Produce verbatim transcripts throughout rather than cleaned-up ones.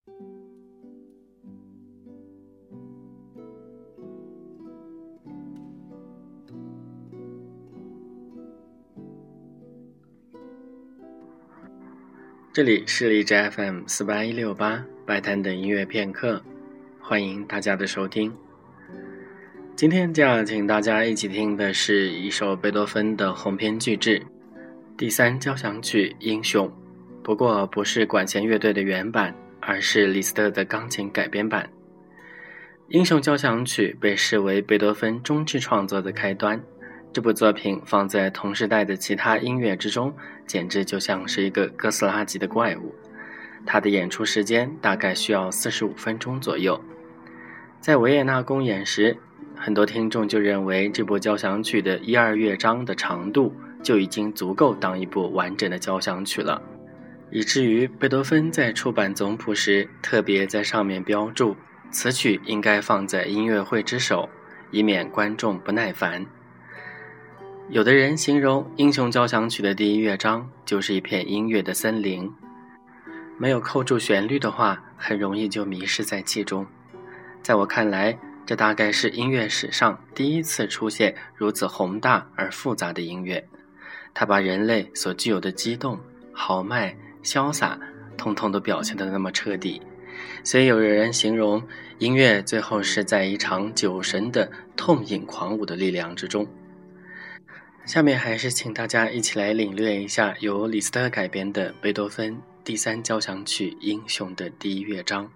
这里是荔枝 F M 四八一六八白谈的音乐片刻，欢迎大家的收听。今天就要请大家一起听的是一首贝多芬的鸿篇巨制第三交响曲英雄，不过不是管弦乐队的原版，而是李斯特的钢琴改编版。英雄交响曲被视为贝多芬终至创作的开端，这部作品放在同时代的其他音乐之中，简直就像是一个哥斯拉级的怪物。它的演出时间大概需要四十五分钟左右。在维也纳公演时，很多听众就认为这部交响曲的一二乐章的长度就已经足够当一部完整的交响曲了，以至于贝多芬在出版总谱时特别在上面标注此曲应该放在音乐会之首，以免观众不耐烦。有的人形容英雄交响曲的第一乐章就是一片音乐的森林，没有扣住旋律的话，很容易就迷失在其中。在我看来，这大概是音乐史上第一次出现如此宏大而复杂的音乐，它把人类所具有的激动、豪迈、潇洒统统都表现得那么彻底。所以有人形容音乐最后是在一场酒神的痛饮狂舞的力量之中。下面还是请大家一起来领略一下由李斯特改编的贝多芬第三交响曲英雄的第一乐章。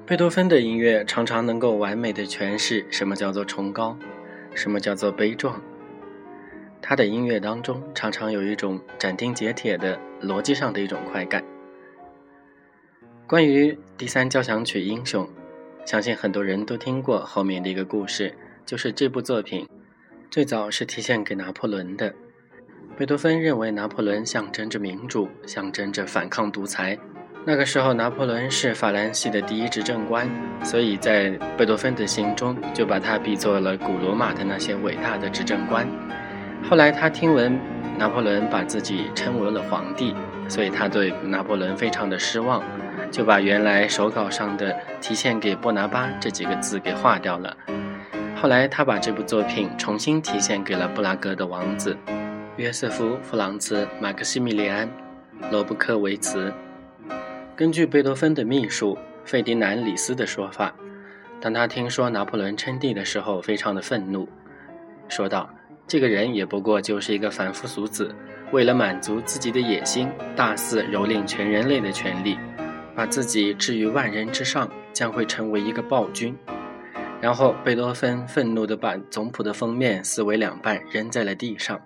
贝多芬的音乐常常能够完美的诠释什么叫做崇高，什么叫做悲壮。他的音乐当中常常有一种斩钉截铁的逻辑上的一种快感。关于第三交响曲英雄，相信很多人都听过后面的一个故事，就是这部作品最早是题献给拿破仑的。贝多芬认为拿破仑象征着民主，象征着反抗独裁。那个时候拿破仑是法兰西的第一执政官，所以在贝多芬的心中就把他比作了古罗马的那些伟大的执政官。后来他听闻拿破仑把自己称为了皇帝，所以他对拿破仑非常的失望，就把原来手稿上的题献给波拿巴这几个字给划掉了。后来他把这部作品重新题献给了布拉格的王子约瑟夫·弗朗茨·马克西米利安·罗布科维茨。根据贝多芬的秘书费迪南·里斯的说法，当他听说拿破仑称帝的时候，非常的愤怒，说道：这个人也不过就是一个凡夫俗子，为了满足自己的野心，大肆蹂躏全人类的权利，把自己置于万人之上，将会成为一个暴君。然后贝多芬愤怒地把总谱的封面撕为两半，扔在了地上。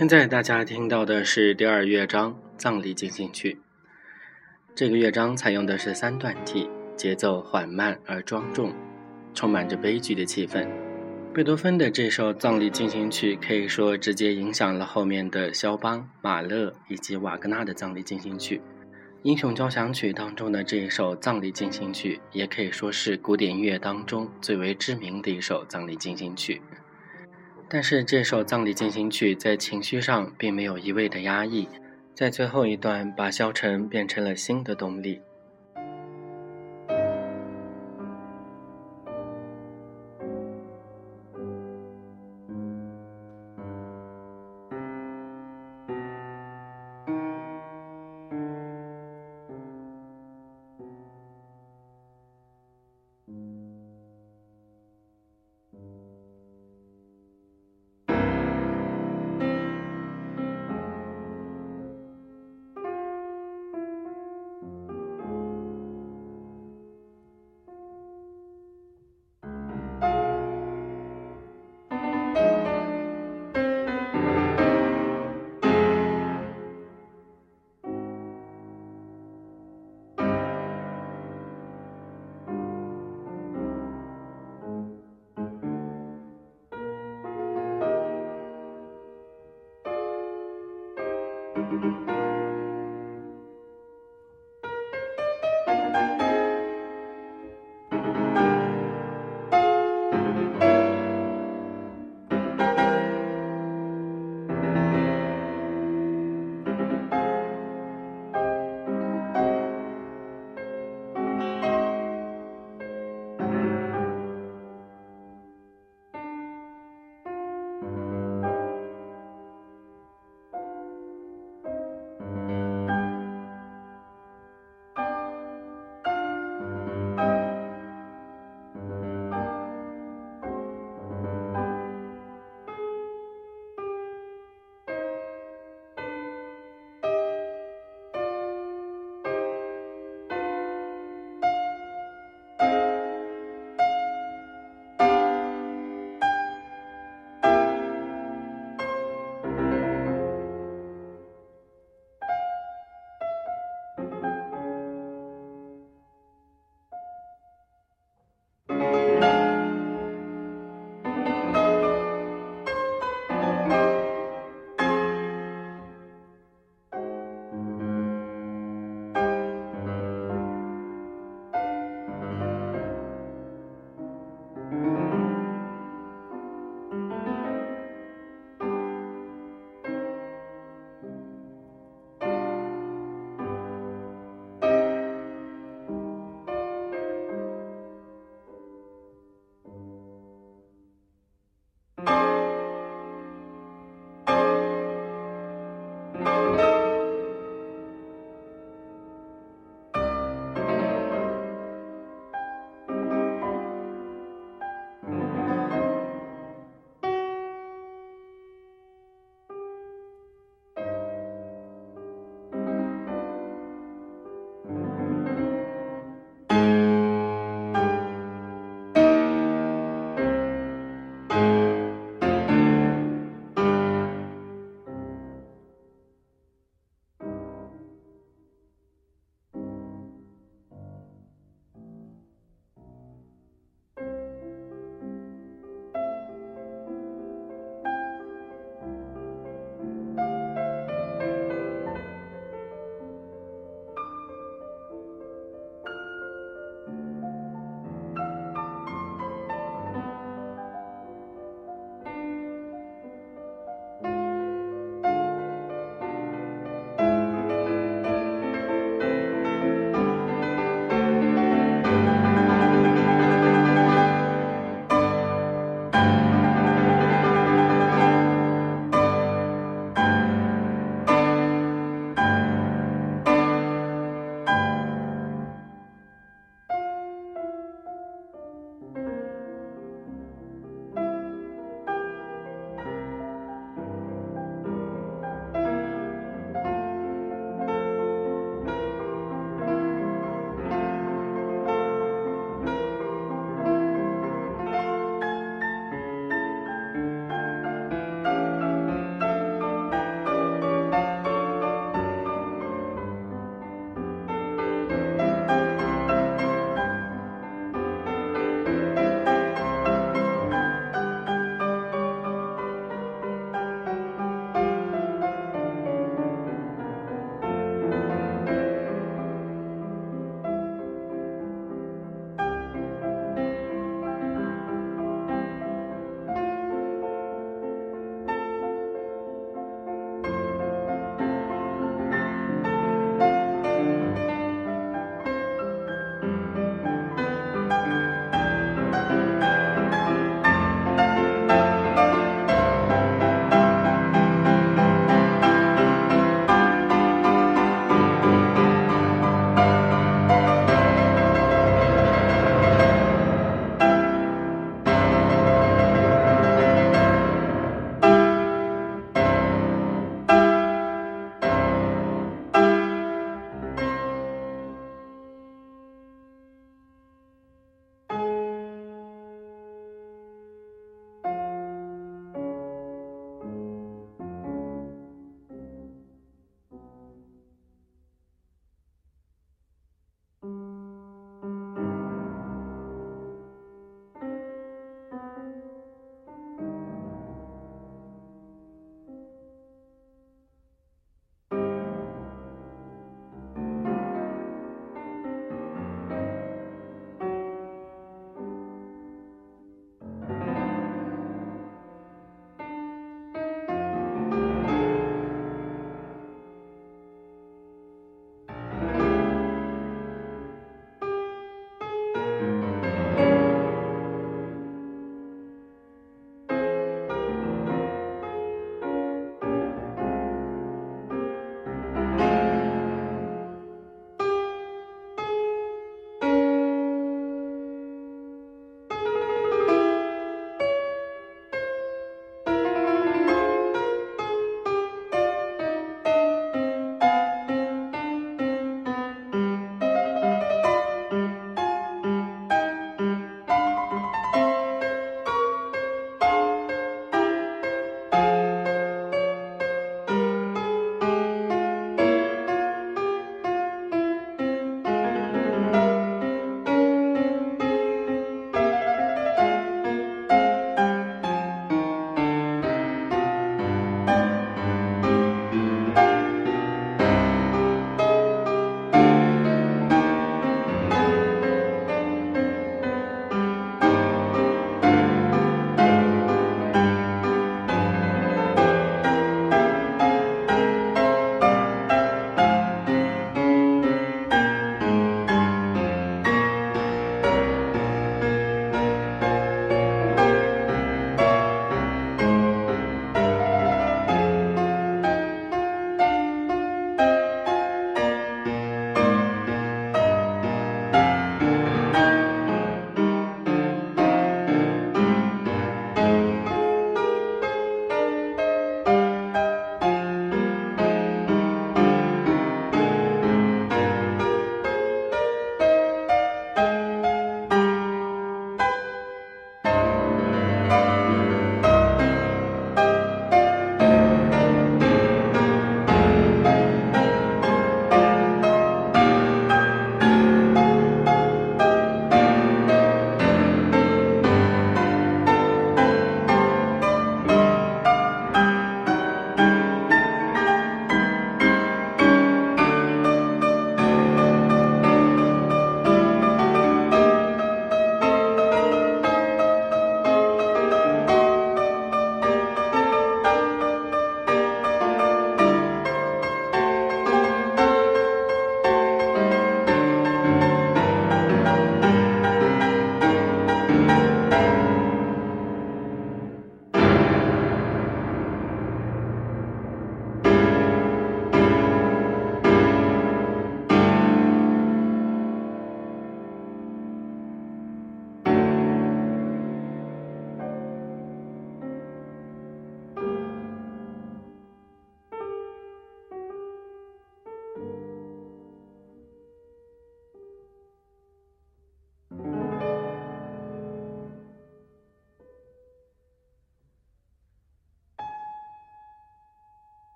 现在大家听到的是第二乐章葬礼进行曲。这个乐章采用的是三段体，节奏缓慢而庄重，充满着悲剧的气氛。贝多芬的这首葬礼进行曲可以说直接影响了后面的肖邦、马勒以及瓦格纳的葬礼进行曲。英雄交响曲当中的这一首葬礼进行曲也可以说是古典音乐当中最为知名的一首葬礼进行曲。但是这首葬礼进行曲在情绪上并没有一味的压抑，在最后一段把消沉变成了新的动力。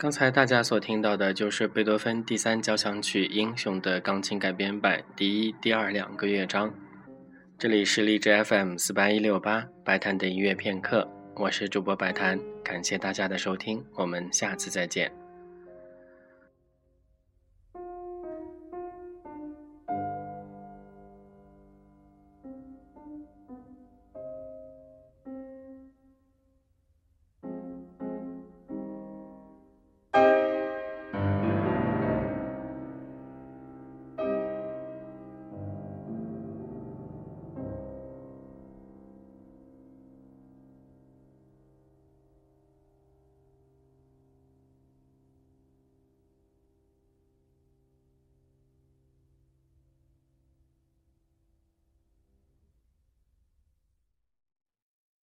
刚才大家所听到的就是贝多芬第三交响曲《英雄》的钢琴改编版第一、第二两个乐章。这里是荔枝 F M 四八一六八白谈的音乐片刻，我是主播白谈，感谢大家的收听，我们下次再见。